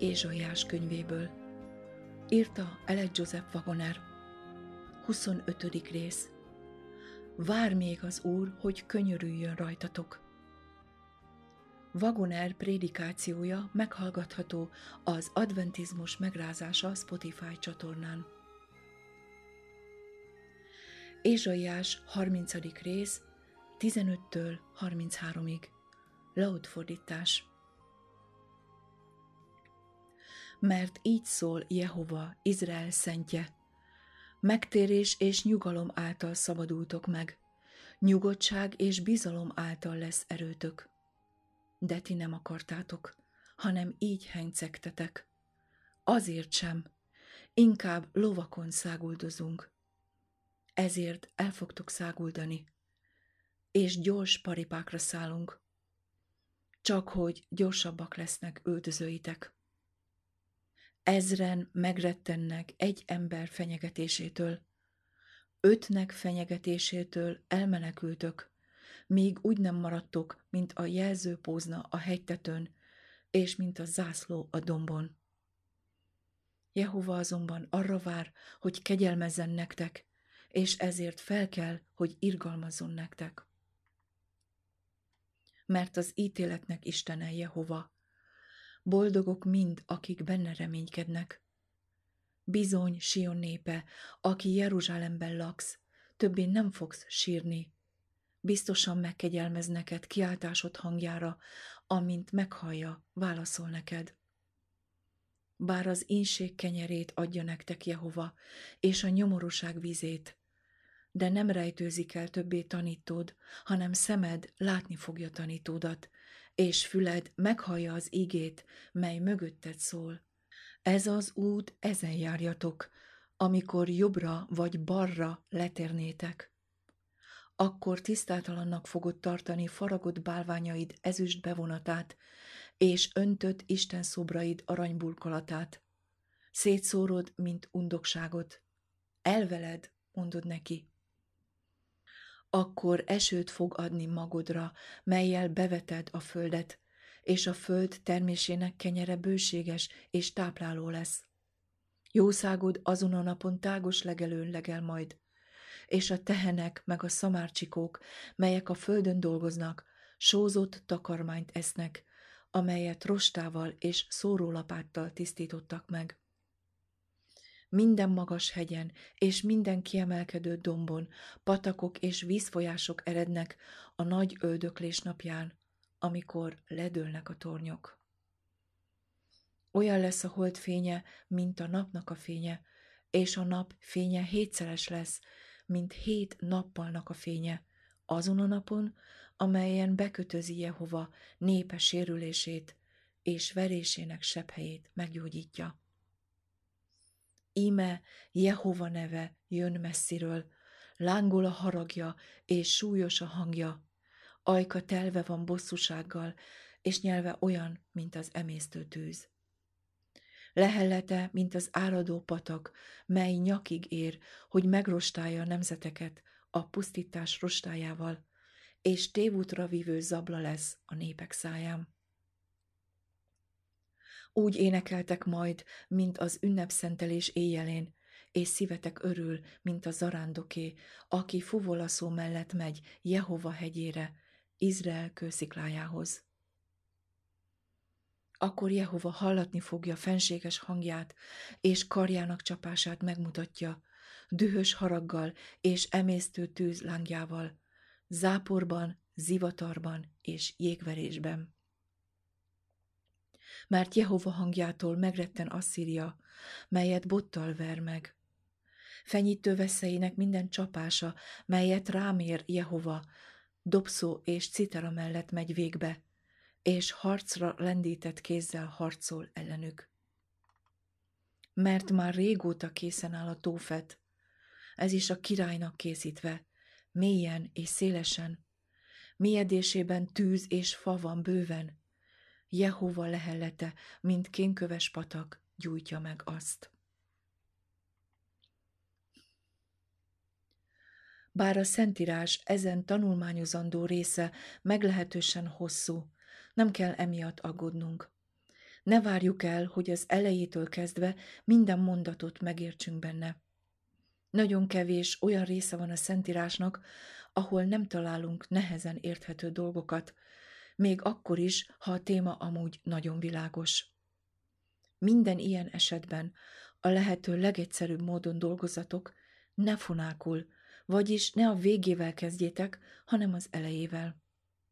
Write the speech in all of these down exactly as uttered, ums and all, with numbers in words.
Ézsaiás könyvéből. Írta Elek Joseph Wagoner. huszonötödik rész. Vár még az Úr, hogy könyörüljön rajtatok. Wagoner prédikációja meghallgatható az Adventizmus megrázása Spotify csatornán. Ézsaiás harmincadik rész, tizenöttől harmincháromig. Laud fordítás. Mert így szól Jehova, Izrael szentje. Megtérés és nyugalom által szabadultok meg, nyugodtság és bizalom által lesz erőtök. De ti nem akartátok, hanem így hencegtetek. Azért sem, inkább lovakon száguldozunk. Ezért el fogtok száguldani, és gyors paripákra szállunk, csak hogy gyorsabbak lesznek üldözőitek. Ezren megrettennek egy ember fenyegetésétől, ötnek fenyegetésétől elmenekültök, míg úgy nem maradtok, mint a jelzőpózna a hegytetőn, és mint a zászló a dombon. Jehova azonban arra vár, hogy kegyelmezzen nektek, és ezért fel kell, hogy irgalmazzon nektek. Mert az ítéletnek Istene Jehova, boldogok mind, akik benne reménykednek. Bizony, Sion népe, aki Jeruzsálemben laksz, többé nem fogsz sírni. Biztosan megkegyelmez neked kiáltásod hangjára, amint meghallja, válaszol neked. Bár az ínség kenyerét adja nektek Jehova, és a nyomorúság vizét, de nem rejtőzik el többé tanítód, hanem szemed látni fogja tanítódat, és füled meghallja az igét, mely mögötted szól. Ez az út, ezen járjatok, amikor jobbra vagy balra letérnétek. Akkor tisztátalannak fogod tartani faragott bálványaid ezüst bevonatát, és öntött Isten szobraid aranyburkolatát. Szétszórod, mint undokságot. Elveled, mondod neki. Akkor esőt fog adni magodra, mellyel beveted a földet, és a föld termésének kenyere bőséges és tápláló lesz. Jószágod azon a napon tágos legelőn legel majd, és a tehenek meg a szamárcsikók, melyek a földön dolgoznak, sózott takarmányt esznek, amelyet rostával és szórólapáttal tisztítottak meg. Minden magas hegyen és minden kiemelkedő dombon patakok és vízfolyások erednek a nagy öldöklés napján, amikor ledőlnek a tornyok. Olyan lesz a hold fénye, mint a napnak a fénye, és a nap fénye hétszeres lesz, mint hét nappalnak a fénye, azon a napon, amelyen bekötözi Jehova népe sérülését, és verésének sebhelyét meggyógyítja. Íme Jehova neve jön messziről, lángol a haragja, és súlyos a hangja, ajka telve van bosszúsággal, és nyelve olyan, mint az emésztő tűz. Lehellete, mint az áradó patak, mely nyakig ér, hogy megrostálja a nemzeteket a pusztítás rostájával, és tévútra vívő zabla lesz a népek száján. Úgy énekeltek majd, mint az ünnepszentelés éjjelén, és szívetek örül, mint a zarándoké, aki fuvolaszó mellett megy Jehova hegyére, Izrael kősziklájához. Akkor Jehova hallatni fogja fenséges hangját, és karjának csapását megmutatja, dühös haraggal és emésztő tűz lángjával, záporban, zivatarban és jégverésben. Mert Jehova hangjától megretten Asszíria, melyet bottal ver meg. Fenyítő veszélyének minden csapása, melyet rámér Jehova, dobszó és citera mellett megy végbe, és harcra lendített kézzel harcol ellenük. Mert már régóta készen áll a Tófet, ez is a királynak készítve, mélyen és szélesen, mélyedésében tűz és fa van bőven, Jehova lehellete, mint kénköves patak, gyújtja meg azt. Bár a Szentírás ezen tanulmányozandó része meglehetősen hosszú, nem kell emiatt aggódnunk. Ne várjuk el, hogy az elejétől kezdve minden mondatot megértsünk benne. Nagyon kevés olyan része van a Szentírásnak, ahol nem találunk nehezen érthető dolgokat, még akkor is, ha a téma amúgy nagyon világos. Minden ilyen esetben a lehető legegyszerűbb módon dolgozatok, ne fonákul, vagyis ne a végével kezdjétek, hanem az elejével.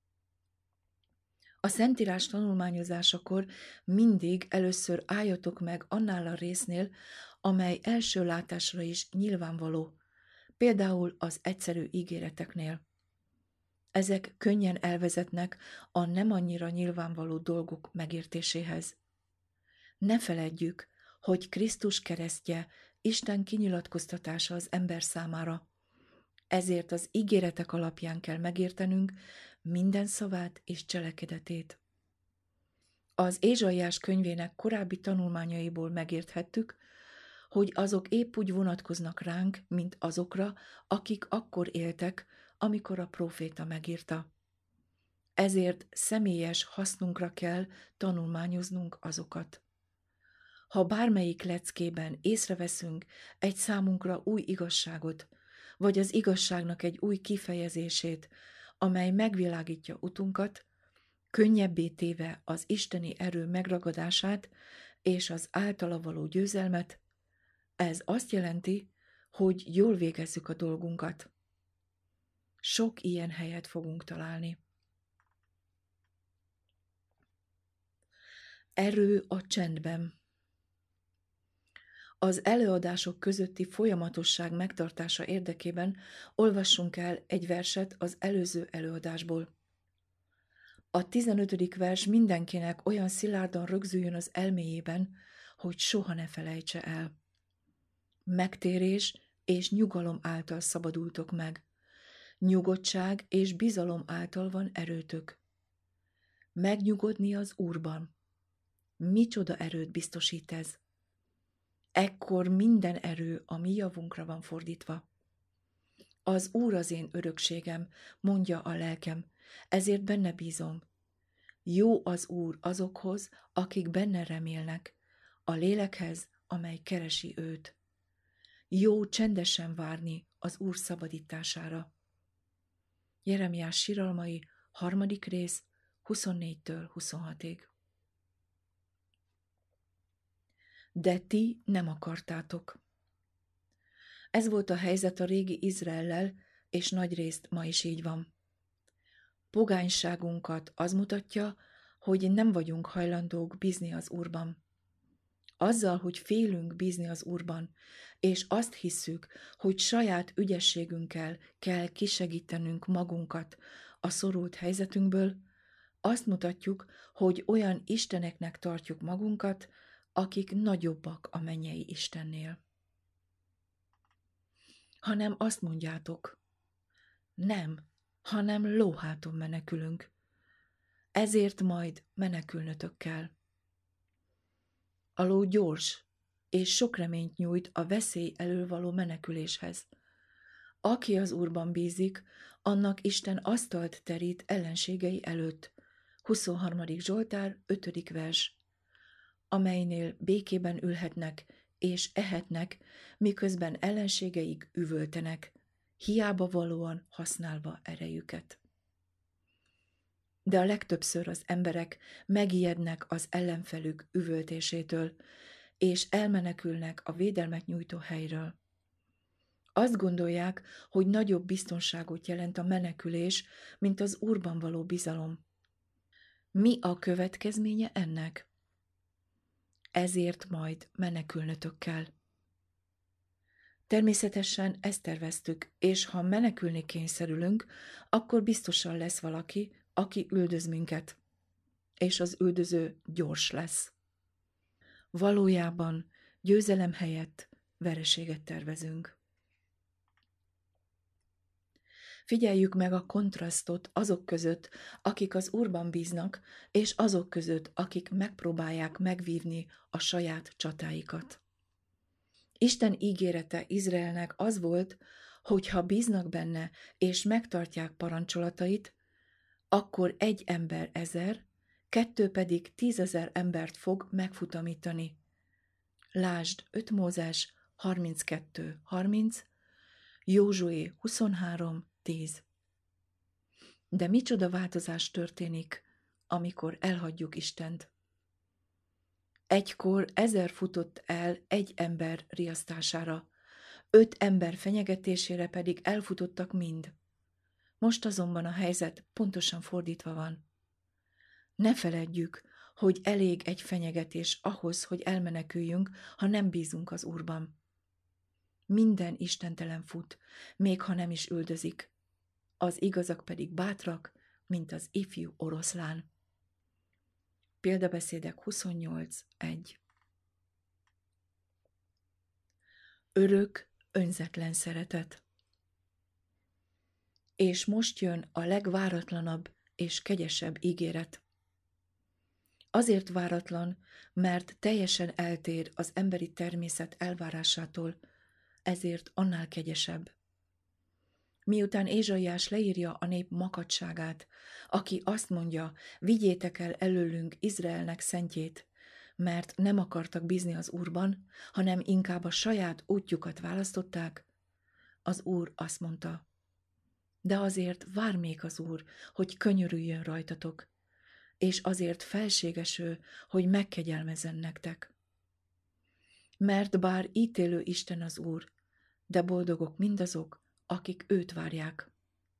A Szentírás tanulmányozásakor mindig először álljatok meg annál a résznél, amely első látásra is nyilvánvaló, például az egyszerű ígéreteknél. Ezek könnyen elvezetnek a nem annyira nyilvánvaló dolgok megértéséhez. Ne feledjük, hogy Krisztus keresztje Isten kinyilatkoztatása az ember számára. Ezért az ígéretek alapján kell megértenünk minden szavát és cselekedetét. Az Ézsaiás könyvének korábbi tanulmányaiból megérthettük, hogy azok épp úgy vonatkoznak ránk, mint azokra, akik akkor éltek, amikor a próféta megírta. Ezért személyes hasznunkra kell tanulmányoznunk azokat. Ha bármelyik leckében észreveszünk egy számunkra új igazságot, vagy az igazságnak egy új kifejezését, amely megvilágítja utunkat, könnyebbé téve az isteni erő megragadását és az általa való győzelmet, ez azt jelenti, hogy jól végezzük a dolgunkat. Sok ilyen helyet fogunk találni. Erő a csendben. Az előadások közötti folyamatosság megtartása érdekében olvassunk el egy verset az előző előadásból. A tizenötödik vers mindenkinek olyan szilárdan rögzüljön az elméjében, hogy soha ne felejtse el. Megtérés és nyugalom által szabadultok meg. Nyugodtság és bizalom által van erőtök. Megnyugodni az Úrban. Micsoda erőt biztosít ez? Ekkor minden erő a mi javunkra van fordítva. Az Úr az én örökségem, mondja a lelkem, ezért benne bízom. Jó az Úr azokhoz, akik benne remélnek, a lélekhez, amely keresi őt. Jó csendesen várni az Úr szabadítására. Jeremiás síralmai, harmadik rész, huszonnégytől huszonhatig. De ti nem akartátok. Ez volt a helyzet a régi Izraellel, és nagyrészt ma is így van. Pogányságunkat az mutatja, hogy nem vagyunk hajlandók bízni az Úrban. Azzal, hogy félünk bízni az Úrban, és azt hisszük, hogy saját ügyességünkkel kell kisegítenünk magunkat a szorult helyzetünkből, azt mutatjuk, hogy olyan isteneknek tartjuk magunkat, akik nagyobbak a mennyei Istennél. Hanem azt mondjátok, nem, hanem lóháton menekülünk. Ezért majd menekülnötök kell. A ló gyors, és sok reményt nyújt a veszély elől való meneküléshez. Aki az Úrban bízik, annak Isten asztalt terít ellenségei előtt. huszonharmadik Zsoltár, ötödik vers, amelynél békében ülhetnek és ehetnek, miközben ellenségeik üvöltenek, hiába valóan használva erejüket. De a legtöbbször az emberek megijednek az ellenfelük üvöltésétől, és elmenekülnek a védelmet nyújtó helyről. Azt gondolják, hogy nagyobb biztonságot jelent a menekülés, mint az Úrban való bizalom. Mi a következménye ennek? Ezért majd menekülnötök kell. Természetesen ezt terveztük, és ha menekülni kényszerülünk, akkor biztosan lesz valaki, aki üldöz minket, és az üldöző gyors lesz. Valójában győzelem helyett vereséget tervezünk. Figyeljük meg a kontrasztot azok között, akik az Úrban bíznak, és azok között, akik megpróbálják megvívni a saját csatáikat. Isten ígérete Izraelnek az volt, hogy ha bíznak benne, és megtartják parancsolatait, akkor egy ember ezer, kettő pedig tízezer embert fog megfutamítani. Lásd öt Mózes harminckettő harminc, Józsué huszonhárom tíz. De micsoda változás történik, amikor elhagyjuk Istent. Egykor ezer futott el egy ember riasztására, öt ember fenyegetésére pedig elfutottak mind. Most azonban a helyzet pontosan fordítva van. Ne feledjük, hogy elég egy fenyegetés ahhoz, hogy elmeneküljünk, ha nem bízunk az Úrban. Minden istentelen fut, még ha nem is üldözik. Az igazak pedig bátrak, mint az ifjú oroszlán. Példabeszédek huszonnyolc egy. Örök, önzetlen szeretet. És most jön a legváratlanabb és kegyesebb ígéret. Azért váratlan, mert teljesen eltér az emberi természet elvárásától, ezért annál kegyesebb. Miután Ézsaiás leírja a nép makadságát, aki azt mondja, vigyétek el előlünk Izraelnek szentjét, mert nem akartak bízni az Úrban, hanem inkább a saját útjukat választották, az Úr azt mondta, de azért vár még az Úr, hogy könyörüljön rajtatok, és azért felséges ő, hogy megkegyelmezzen nektek. Mert bár ítélő Isten az Úr, de boldogok mindazok, akik őt várják.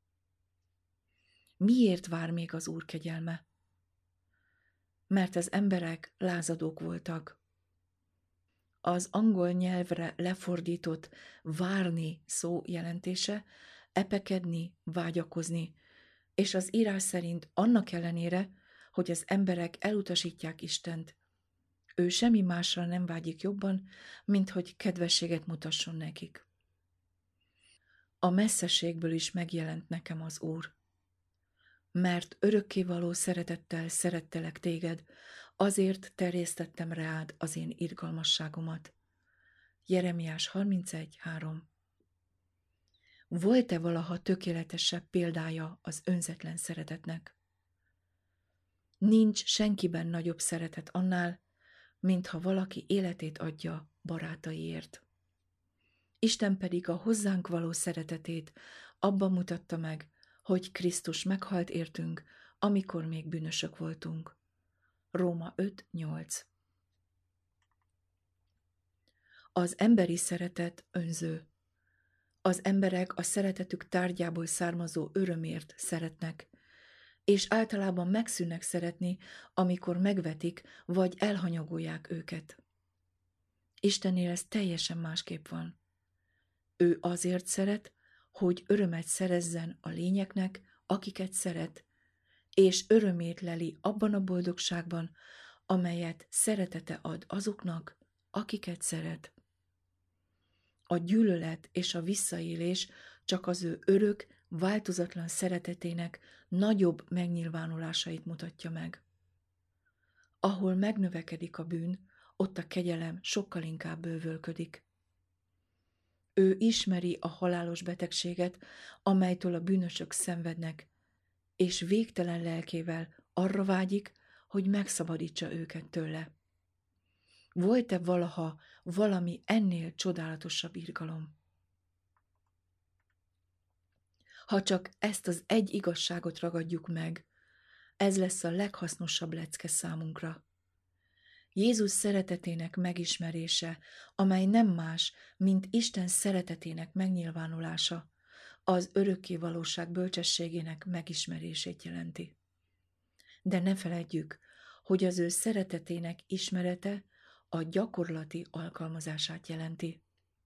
Miért vár még az Úr kegyelme? Mert az emberek lázadók voltak. Az angol nyelvre lefordított várni szó jelentése epekedni, vágyakozni, és az írás szerint annak ellenére, hogy az emberek elutasítják Istent, ő semmi másra nem vágyik jobban, mint hogy kedvességet mutasson nekik. A messzeségből is megjelent nekem az Úr. Mert örökkévaló szeretettel szerettelek téged, azért terjesztettem rád az én irgalmasságomat. Jeremiás harmincegy három. Volt-e valaha tökéletesebb példája az önzetlen szeretetnek? Nincs senkiben nagyobb szeretet annál, mintha valaki életét adja barátaiért. Isten pedig a hozzánk való szeretetét abban mutatta meg, hogy Krisztus meghalt értünk, amikor még bűnösök voltunk. Róma öt nyolc. Az emberi szeretet önző. Az emberek a szeretetük tárgyából származó örömért szeretnek, és általában megszűnnek szeretni, amikor megvetik vagy elhanyagolják őket. Istennél ez teljesen másképp van. Ő azért szeret, hogy örömet szerezzen a lényeknek, akiket szeret, és örömét leli abban a boldogságban, amelyet szeretete ad azoknak, akiket szeret. A gyűlölet és a visszaélés csak az ő örök, változatlan szeretetének nagyobb megnyilvánulásait mutatja meg. Ahol megnövekedik a bűn, ott a kegyelem sokkal inkább bővölködik. Ő ismeri a halálos betegséget, amelytől a bűnösök szenvednek, és végtelen lelkével arra vágyik, hogy megszabadítsa őket tőle. Volt-e valaha valami ennél csodálatosabb irgalom? Ha csak ezt az egy igazságot ragadjuk meg, ez lesz a leghasznosabb lecke számunkra. Jézus szeretetének megismerése, amely nem más, mint Isten szeretetének megnyilvánulása, az örökké valóság bölcsességének megismerését jelenti. De ne feledjük, hogy az ő szeretetének ismerete a gyakorlati alkalmazását jelenti.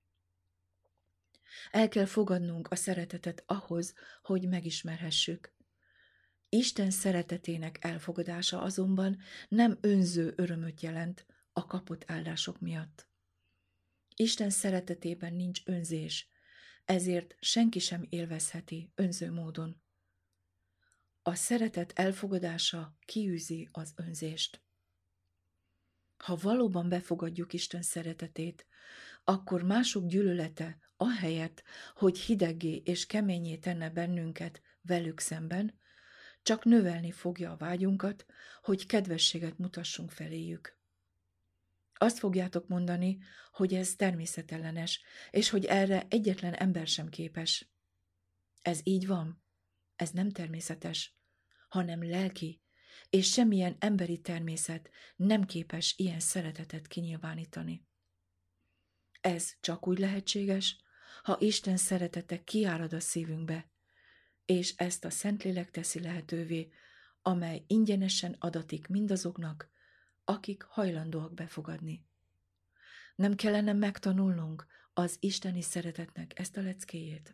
El kell fogadnunk a szeretetet ahhoz, hogy megismerhessük. Isten szeretetének elfogadása azonban nem önző örömöt jelent a kapott áldások miatt. Isten szeretetében nincs önzés, ezért senki sem élvezheti önző módon. A szeretet elfogadása kiűzi az önzést. Ha valóban befogadjuk Isten szeretetét, akkor mások gyűlölete ahelyett, hogy hideggé és keményé tenne bennünket velük szemben, csak növelni fogja a vágyunkat, hogy kedvességet mutassunk feléjük. Azt fogjátok mondani, hogy ez természetellenes, és hogy erre egyetlen ember sem képes. Ez így van. Ez nem természetes, hanem lelki, és semmilyen emberi természet nem képes ilyen szeretetet kinyilvánítani. Ez csak úgy lehetséges, ha Isten szeretete kiárad a szívünkbe, és ezt a Szentlélek teszi lehetővé, amely ingyenesen adatik mindazoknak, akik hajlandóak befogadni. Nem kellene megtanulnunk az isteni szeretetnek ezt a leckéjét?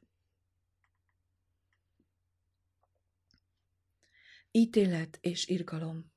Ítélet és irgalom.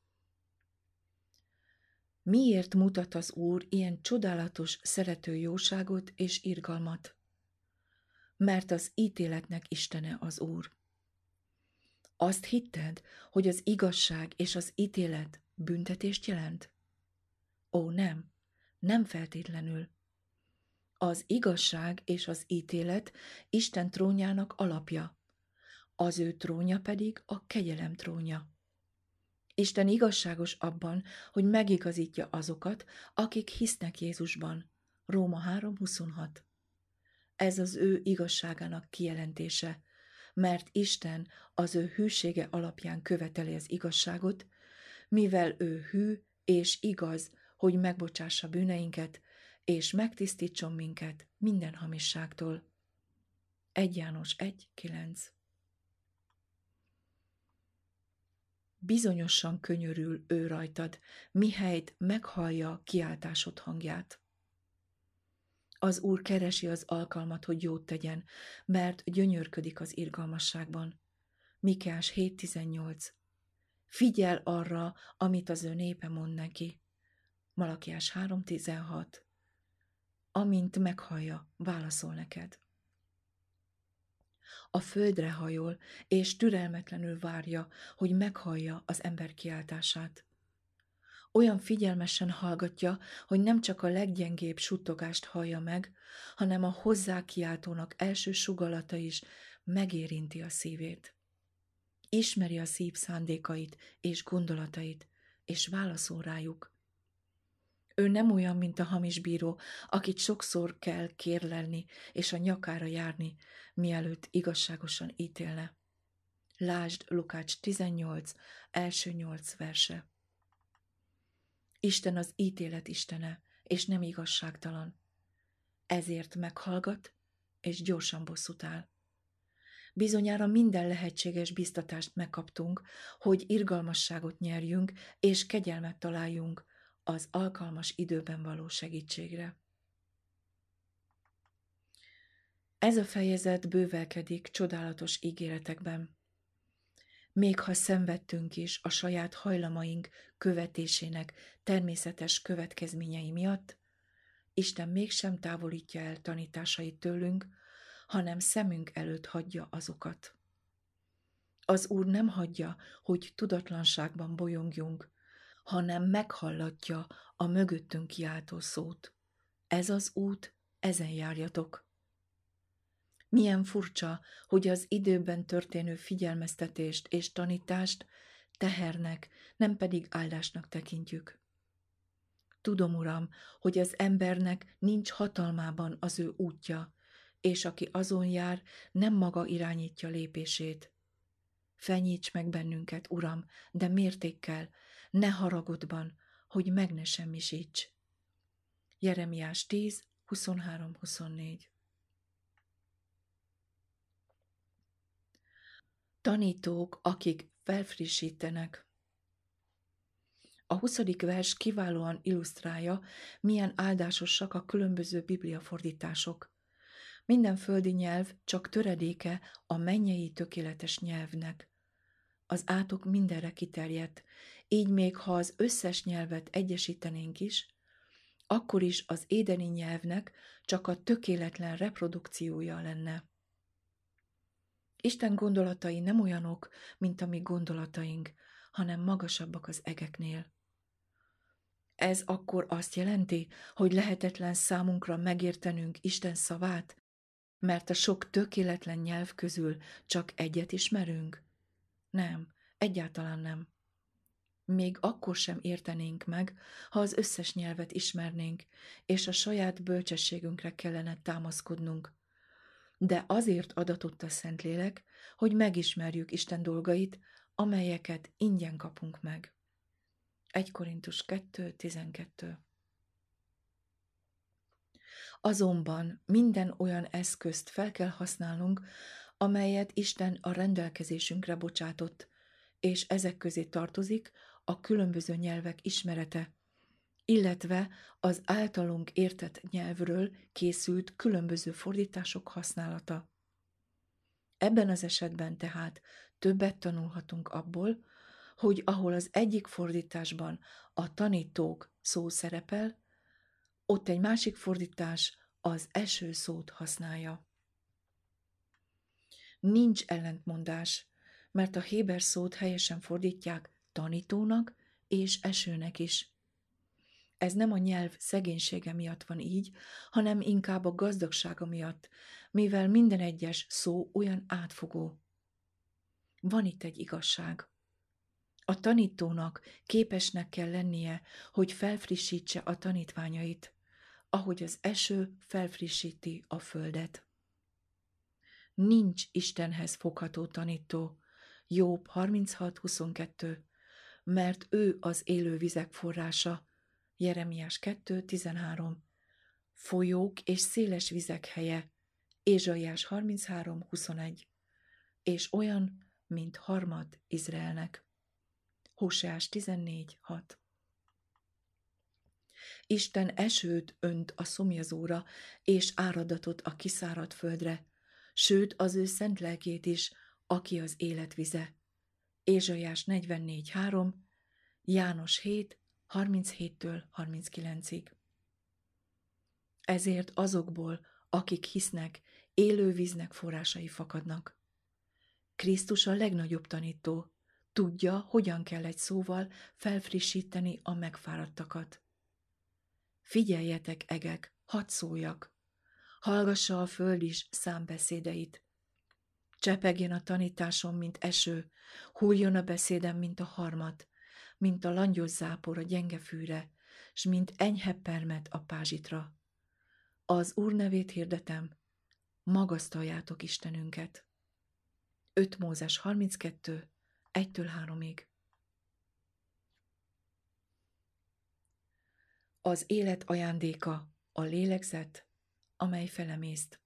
Miért mutat az Úr ilyen csodálatos szerető jóságot és irgalmat? Mert az ítéletnek Istene az Úr. Azt hitted, hogy az igazság és az ítélet büntetést jelent? Ó, nem, nem feltétlenül. Az igazság és az ítélet Isten trónjának alapja, az ő trónja pedig a kegyelem trónja. Isten igazságos abban, hogy megigazítja azokat, akik hisznek Jézusban. Róma három huszonhat. Ez az ő igazságának kijelentése, mert Isten az ő hűsége alapján követeli az igazságot, mivel ő hű és igaz, hogy megbocsássa bűneinket, és megtisztítson minket minden hamisságtól. egy János egy kilenc. Bizonyosan könyörül ő rajtad, mihelyt meghallja kiáltásod hangját. Az Úr keresi az alkalmat, hogy jót tegyen, mert gyönyörködik az irgalmasságban. Mikás hét tizennyolc. Figyel arra, amit az ő népe mond neki. Malakiás három tizenhat. Amint meghallja, válaszol neked. A földre hajol, és türelmetlenül várja, hogy meghallja az ember kiáltását. Olyan figyelmesen hallgatja, hogy nem csak a leggyengébb suttogást hallja meg, hanem a hozzá kiáltónak első sugallata is megérinti a szívét. Ismeri a szív szándékait és gondolatait, és válaszol rájuk. Ő nem olyan, mint a hamis bíró, akit sokszor kell kérlelni és a nyakára járni, mielőtt igazságosan ítélne. Lásd Lukács tizennyolc, első nyolc verse. Isten az ítélet istene, és nem igazságtalan. Ezért meghallgat, és gyorsan bosszút áll. Bizonyára minden lehetséges biztatást megkaptunk, hogy irgalmasságot nyerjünk, és kegyelmet találjunk az alkalmas időben való segítségre. Ez a fejezet bővelkedik csodálatos ígéretekben. Még ha szenvedtünk is a saját hajlamaink követésének természetes következményei miatt, Isten mégsem távolítja el tanításait tőlünk, hanem szemünk előtt hagyja azokat. Az Úr nem hagyja, hogy tudatlanságban bolyongjunk, hanem meghallatja a mögöttünk kiáltó szót. Ez az út, ezen járjatok. Milyen furcsa, hogy az időben történő figyelmeztetést és tanítást tehernek, nem pedig áldásnak tekintjük. Tudom, Uram, hogy az embernek nincs hatalmában az ő útja, és aki azon jár, nem maga irányítja lépését. Fenyíts meg bennünket, Uram, de mértékkel, ne haragodban, hogy meg ne semmisíts. Jeremiás tíz, huszonhárom huszonnégy. Tanítók, akik felfrissítenek. A huszadik vers kiválóan illusztrálja, milyen áldásosak a különböző bibliafordítások. Minden földi nyelv csak töredéke a mennyei tökéletes nyelvnek. Az átok mindenre kiterjedt, így még ha az összes nyelvet egyesítenénk is, akkor is az édeni nyelvnek csak a tökéletlen reprodukciója lenne. Isten gondolatai nem olyanok, mint a mi gondolataink, hanem magasabbak az egeknél. Ez akkor azt jelenti, hogy lehetetlen számunkra megértenünk Isten szavát, mert a sok tökéletlen nyelv közül csak egyet ismerünk? Nem, Egyáltalán nem. Még akkor sem értenénk meg, ha az összes nyelvet ismernénk, és a saját bölcsességünkre kellene támaszkodnunk. De azért adatott a Szentlélek, hogy megismerjük Isten dolgait, amelyeket ingyen kapunk meg. egy Korintus kettő tizenkettő. Azonban minden olyan eszközt fel kell használnunk, amelyet Isten a rendelkezésünkre bocsátott, és ezek közé tartozik a különböző nyelvek ismerete, illetve az általunk értett nyelvről készült különböző fordítások használata. Ebben az esetben tehát többet tanulhatunk abból, hogy ahol az egyik fordításban a tanítók szó szerepel, ott egy másik fordítás az eső szót használja. Nincs ellentmondás, mert a héber szót helyesen fordítják tanítónak és esőnek is. Ez nem a nyelv szegénysége miatt van így, hanem inkább a gazdagsága miatt, mivel minden egyes szó olyan átfogó. Van itt egy igazság. A tanítónak képesnek kell lennie, hogy felfrissítse a tanítványait, ahogy az eső felfrissíti a földet. Nincs Istenhez fogható tanító, Jobb harminchat huszonkettő, mert ő az élő vizek forrása, Jeremiás kettő tizenhárom, folyók és széles vizek helye, Ézsaiás harminchárom huszonegy, és olyan, mint harmad Izraelnek, Hóseás tizennégy hat. Isten esőt önt a szomjazóra, és áradatot a kiszáradt földre, sőt az ő szent lelkét is, aki az életvize. Ézsaiás negyvennégy három, János hét harminchéttől harminckilencig. Ezért azokból, akik hisznek, élő víznek forrásai fakadnak. Krisztus a legnagyobb tanító, tudja, hogyan kell egy szóval felfrissíteni a megfáradtakat. Figyeljetek, egek, hadd szóljak! Hallgassa a föld is számbeszédeit. Csepegjen a tanításom, mint eső, hulljon a beszédem, mint a harmat, mint a langyos zápor a gyenge fűre, s mint enyhe permet a pázsitra. Az Úr nevét hirdetem, magasztaljátok Istenünket. öt Mózes harminckettő, egytől háromig. Az élet ajándéka, a lélegzet, amely felemészt.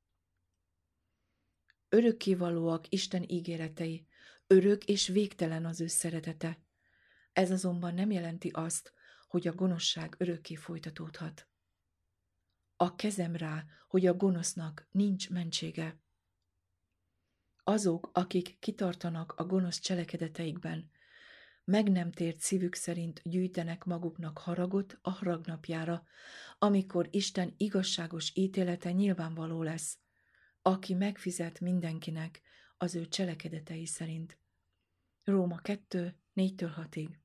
Örökkévalóak Isten ígéretei, örök és végtelen az ő szeretete. Ez azonban nem jelenti azt, hogy a gonoszság örökké folytatódhat. A kezem rá, hogy a gonosznak nincs mentsége. Azok, akik kitartanak a gonosz cselekedeteikben, meg nem tért szívük szerint gyűjtenek maguknak haragot a haragnapjára, amikor Isten igazságos ítélete nyilvánvaló lesz, aki megfizet mindenkinek az ő cselekedetei szerint. Róma kettő négytől hatig.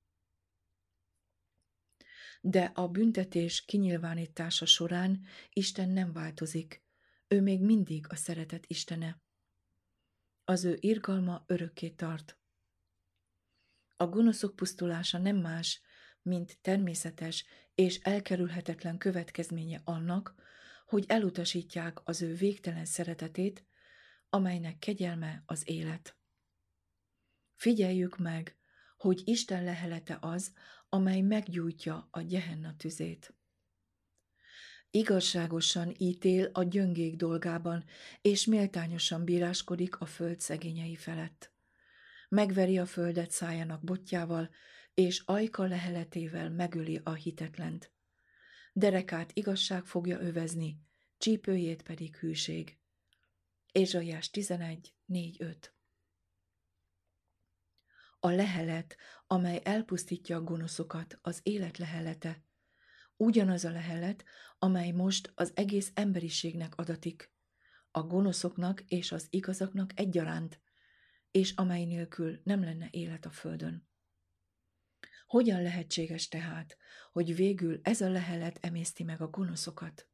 De a büntetés kinyilvánítása során Isten nem változik, ő még mindig a szeretet Istene. Az ő irgalma örökké tart. A gonoszok pusztulása nem más, mint természetes és elkerülhetetlen következménye annak, hogy elutasítják az ő végtelen szeretetét, amelynek kegyelme az élet. Figyeljük meg, hogy Isten lehelete az, amely meggyújtja a Gehenna tüzét. Igazságosan ítél a gyöngék dolgában, és méltányosan bíráskodik a föld szegényei felett. Megveri a földet szájának botjával, és ajka leheletével megöli a hitetlent. Derekát igazság fogja övezni, csípőjét pedig hűség. Ézsaiás tizenegy négy öt. A lehelet, amely elpusztítja a gonoszokat, az élet lehelete. Ugyanaz a lehelet, amely most az egész emberiségnek adatik, a gonoszoknak és az igazaknak egyaránt, és amely nélkül nem lenne élet a földön. Hogyan lehetséges tehát, hogy végül ez a lehelet emészti meg a gonoszokat?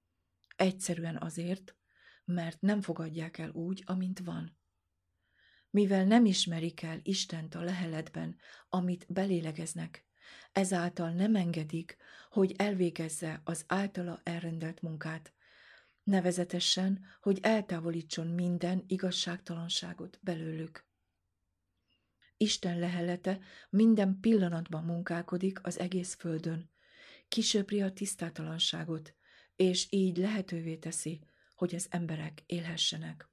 Egyszerűen azért, mert nem fogadják el úgy, amint van. Mivel nem ismerik el Istent a leheletben, amit belélegeznek, ezáltal nem engedik, hogy elvégezze az általa elrendelt munkát, nevezetesen, hogy eltávolítson minden igazságtalanságot belőlük. Isten lehelete minden pillanatban munkálkodik az egész földön, kisöpri a tisztátalanságot, és így lehetővé teszi, hogy az emberek élhessenek.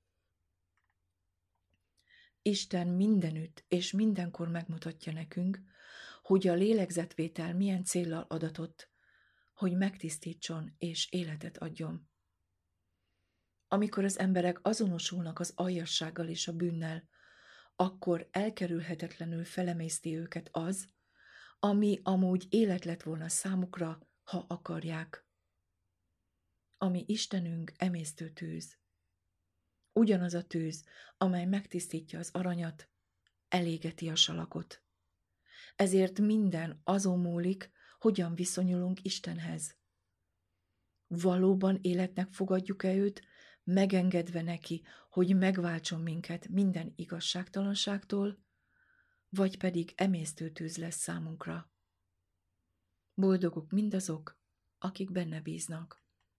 Isten mindenütt és mindenkor megmutatja nekünk, hogy a lélegzetvétel milyen céllal adatott, hogy megtisztítson és életet adjon. Amikor az emberek azonosulnak az aljassággal és a bűnnel, akkor elkerülhetetlenül felemészti őket az, ami amúgy élet lett volna számukra, ha akarják. Ami Istenünk emésztő tűz. Ugyanaz a tűz, amely megtisztítja az aranyat, elégeti a salakot. Ezért minden azon múlik, hogyan viszonyulunk Istenhez. Valóban életnek fogadjuk-e őt, megengedve neki, hogy megváltson minket minden igazságtalanságtól, vagy pedig emésztő tűz lesz számunkra. Boldogok mindazok, akik benne bíznak.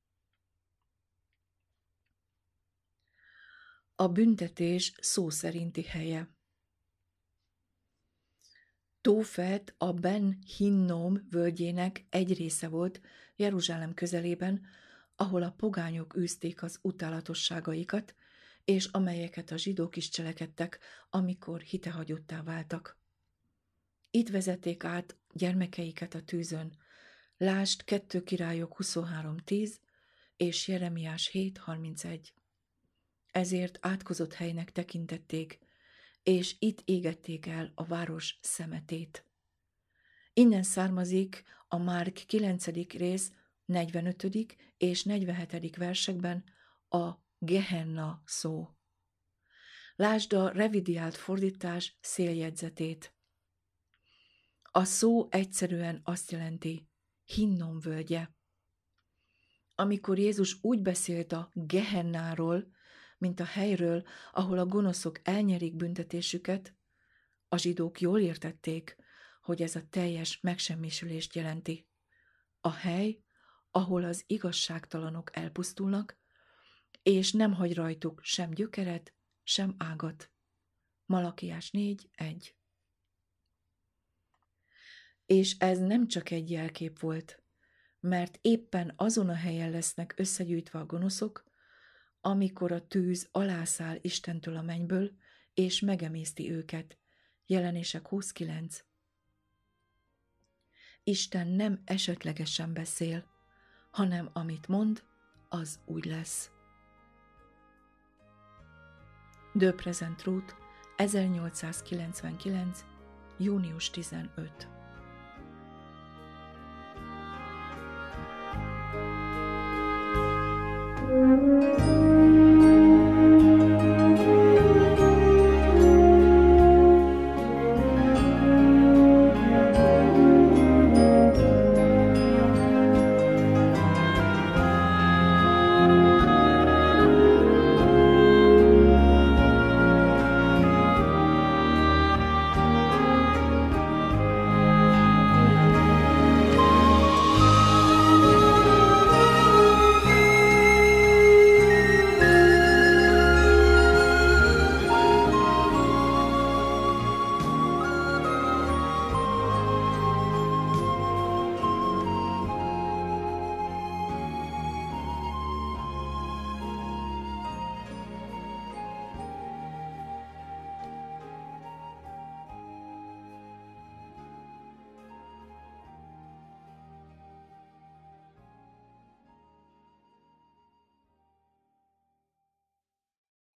A büntetés szó szerinti helye. Tófet a Ben Hinnom völgyének egy része volt Jeruzsálem közelében, ahol a pogányok űzték az utálatosságaikat, és amelyeket a zsidók is cselekedtek, amikor hitehagyottá váltak. Itt vezették át gyermekeiket a tűzön. Lásd kettő Királyok huszonhárom tíz és Jeremiás hét harmincegy. Ezért átkozott helynek tekintették, és itt égették el a város szemetét. Innen származik a Márk kilencedik rész negyvenötödik és negyvenhetedik versekben a Gehenna szó. Lásd a revidiált fordítás széljegyzetét. A szó egyszerűen azt jelenti, Hinnom völgye. Amikor Jézus úgy beszélt a Gehennáról, mint a helyről, ahol a gonoszok elnyerik büntetésüket, a zsidók jól értették, hogy ez a teljes megsemmisülést jelenti. A hely, ahol az igazságtalanok elpusztulnak, és nem hagy rajtuk sem gyökeret, sem ágat. Malakiás négy egy. És ez nem csak egy jelkép volt, mert éppen azon a helyen lesznek összegyűjtve a gonoszok, amikor a tűz alászáll Istentől a mennyből, és megemészti őket. Jelenések húsz kilenc. Isten nem esetlegesen beszél, hanem amit mond, az úgy lesz. De Present Truth, ezernyolcszázkilencvenkilenc. június tizenötödike. Thank you.